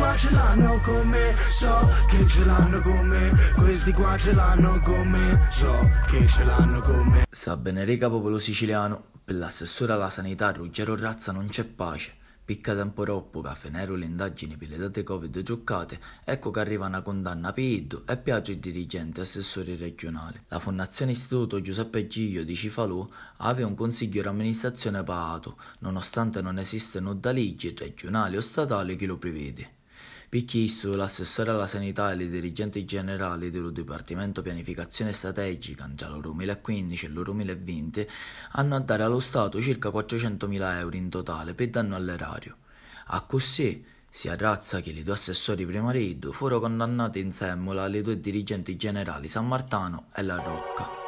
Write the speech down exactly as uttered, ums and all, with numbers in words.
qua ce l'hanno con me, so che ce l'hanno con me, questi qua ce l'hanno con me, so che ce l'hanno con me. Sa bene riga popolo siciliano, per l'assessore alla sanità Ruggero Razza non c'è pace. Picca tempo troppo che a Fenero le indagini per le date Covid giocate, ecco che arriva una condanna per Iddo e piace il dirigente assessore regionale. La Fondazione Istituto Giuseppe Giglio di Cifalù aveva un consiglio di amministrazione pagato, nonostante non esiste nuda legge regionale o statale che lo prevede. Picchisto, l'assessore alla sanità e i dirigenti generali del Dipartimento Pianificazione Strategica, già il duemilaquindici e il duemilaventi, hanno a dare allo Stato circa quattrocentomila euro in totale per danno all'erario. A così, sia Razza che i due assessori primari furono condannati in semmola alle due dirigenti generali San Martano e La Rocca.